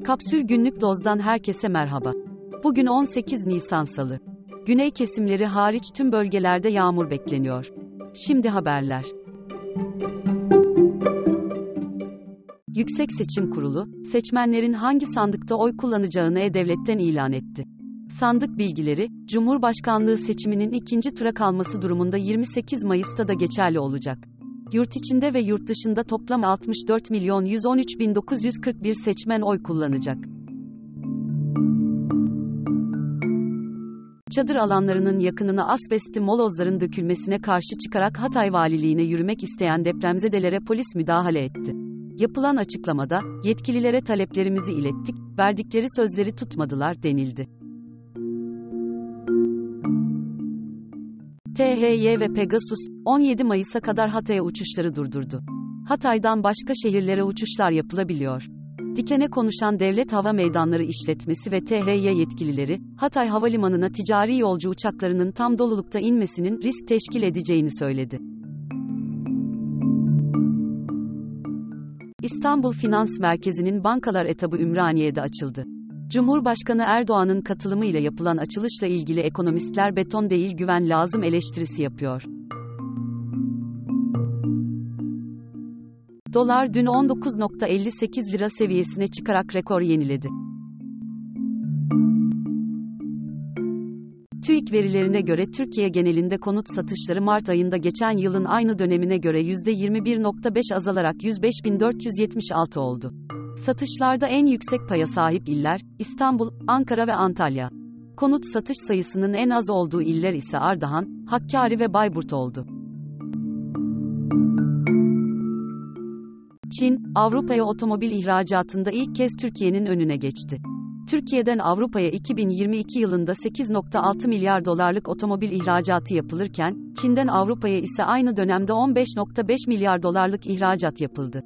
Kapsül Günlük Doz'dan herkese merhaba. Bugün 18 Nisan Salı. Güney kesimleri hariç tüm bölgelerde yağmur bekleniyor. Şimdi haberler. Yüksek Seçim Kurulu, seçmenlerin hangi sandıkta oy kullanacağını E-Devlet'ten ilan etti. Sandık bilgileri, Cumhurbaşkanlığı seçiminin ikinci tura kalması durumunda 28 Mayıs'ta da geçerli olacak. Yurt içinde ve yurt dışında toplam 64.113.941 seçmen oy kullanacak. Çadır alanlarının yakınına asbestli molozların dökülmesine karşı çıkarak Hatay Valiliğine yürümek isteyen depremzedelere polis müdahale etti. Yapılan açıklamada, yetkililere taleplerimizi ilettik, verdikleri sözleri tutmadılar denildi. THY ve Pegasus, 17 Mayıs'a kadar Hatay'a uçuşları durdurdu. Hatay'dan başka şehirlere uçuşlar yapılabiliyor. Dikene konuşan Devlet Hava Meydanları İşletmesi ve THY yetkilileri, Hatay Havalimanı'na ticari yolcu uçaklarının tam dolulukta inmesinin risk teşkil edeceğini söyledi. İstanbul Finans Merkezi'nin bankalar etabı Ümraniye'de açıldı. Cumhurbaşkanı Erdoğan'ın katılımıyla yapılan açılışla ilgili ekonomistler beton değil güven lazım eleştirisi yapıyor. Dolar dün 19.58 lira seviyesine çıkarak rekor yeniledi. TÜİK verilerine göre Türkiye genelinde konut satışları Mart ayında geçen yılın aynı dönemine göre %21.5 azalarak 105.476 oldu. Satışlarda en yüksek paya sahip iller, İstanbul, Ankara ve Antalya. Konut satış sayısının en az olduğu iller ise Ardahan, Hakkari ve Bayburt oldu. Çin, Avrupa'ya otomobil ihracatında ilk kez Türkiye'nin önüne geçti. Türkiye'den Avrupa'ya 2022 yılında 8.6 milyar dolarlık otomobil ihracatı yapılırken, Çin'den Avrupa'ya ise aynı dönemde 15.5 milyar dolarlık ihracat yapıldı.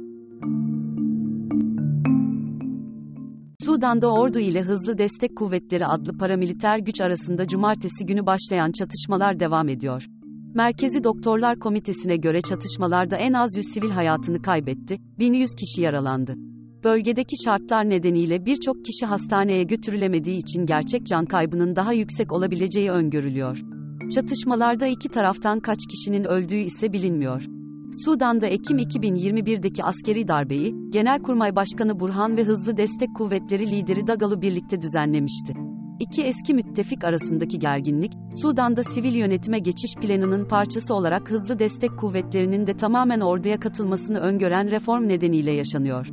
Sudan'da ordu ile Hızlı Destek Kuvvetleri adlı paramiliter güç arasında cumartesi günü başlayan çatışmalar devam ediyor. Merkezi Doktorlar Komitesi'ne göre çatışmalarda en az 100 sivil hayatını kaybetti, 1100 kişi yaralandı. Bölgedeki şartlar nedeniyle birçok kişi hastaneye götürülemediği için gerçek can kaybının daha yüksek olabileceği öngörülüyor. Çatışmalarda iki taraftan kaç kişinin öldüğü ise bilinmiyor. Sudan'da Ekim 2021'deki askeri darbeyi, Genelkurmay Başkanı Burhan ve Hızlı Destek Kuvvetleri lideri Dagalu birlikte düzenlemişti. İki eski müttefik arasındaki gerginlik, Sudan'da sivil yönetime geçiş planının parçası olarak Hızlı Destek Kuvvetleri'nin de tamamen orduya katılmasını öngören reform nedeniyle yaşanıyor.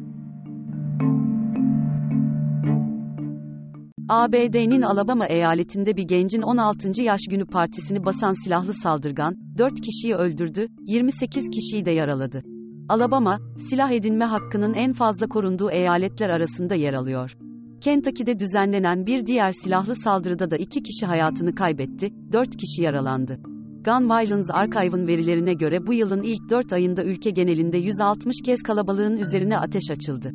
ABD'nin Alabama eyaletinde bir gencin 16. yaş günü partisini basan silahlı saldırgan, 4 kişiyi öldürdü, 28 kişiyi de yaraladı. Alabama, silah edinme hakkının en fazla korunduğu eyaletler arasında yer alıyor. Kentucky'de düzenlenen bir diğer silahlı saldırıda da 2 kişi hayatını kaybetti, 4 kişi yaralandı. Gun Violence Archive'ın verilerine göre bu yılın ilk 4 ayında ülke genelinde 160 kez kalabalığın üzerine ateş açıldı.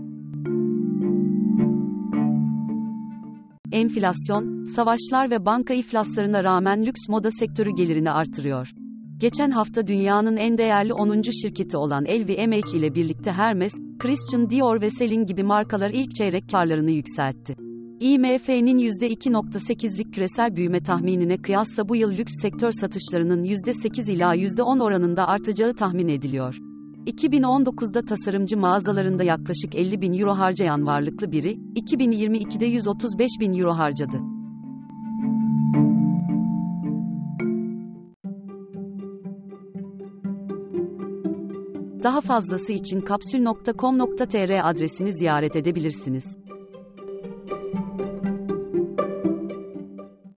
Enflasyon, savaşlar ve banka iflaslarına rağmen lüks moda sektörü gelirini artırıyor. Geçen hafta dünyanın en değerli 10. şirketi olan LVMH ile birlikte Hermes, Christian Dior ve Celine gibi markalar ilk çeyrek karlarını yükseltti. IMF'nin %2.8'lik küresel büyüme tahminine kıyasla bu yıl lüks sektör satışlarının %8 ila %10 oranında artacağı tahmin ediliyor. 2019'da tasarımcı mağazalarında yaklaşık 50.000 euro harcayan varlıklı biri, 2022'de 135.000 euro harcadı. Daha fazlası için kapsül.com.tr adresini ziyaret edebilirsiniz.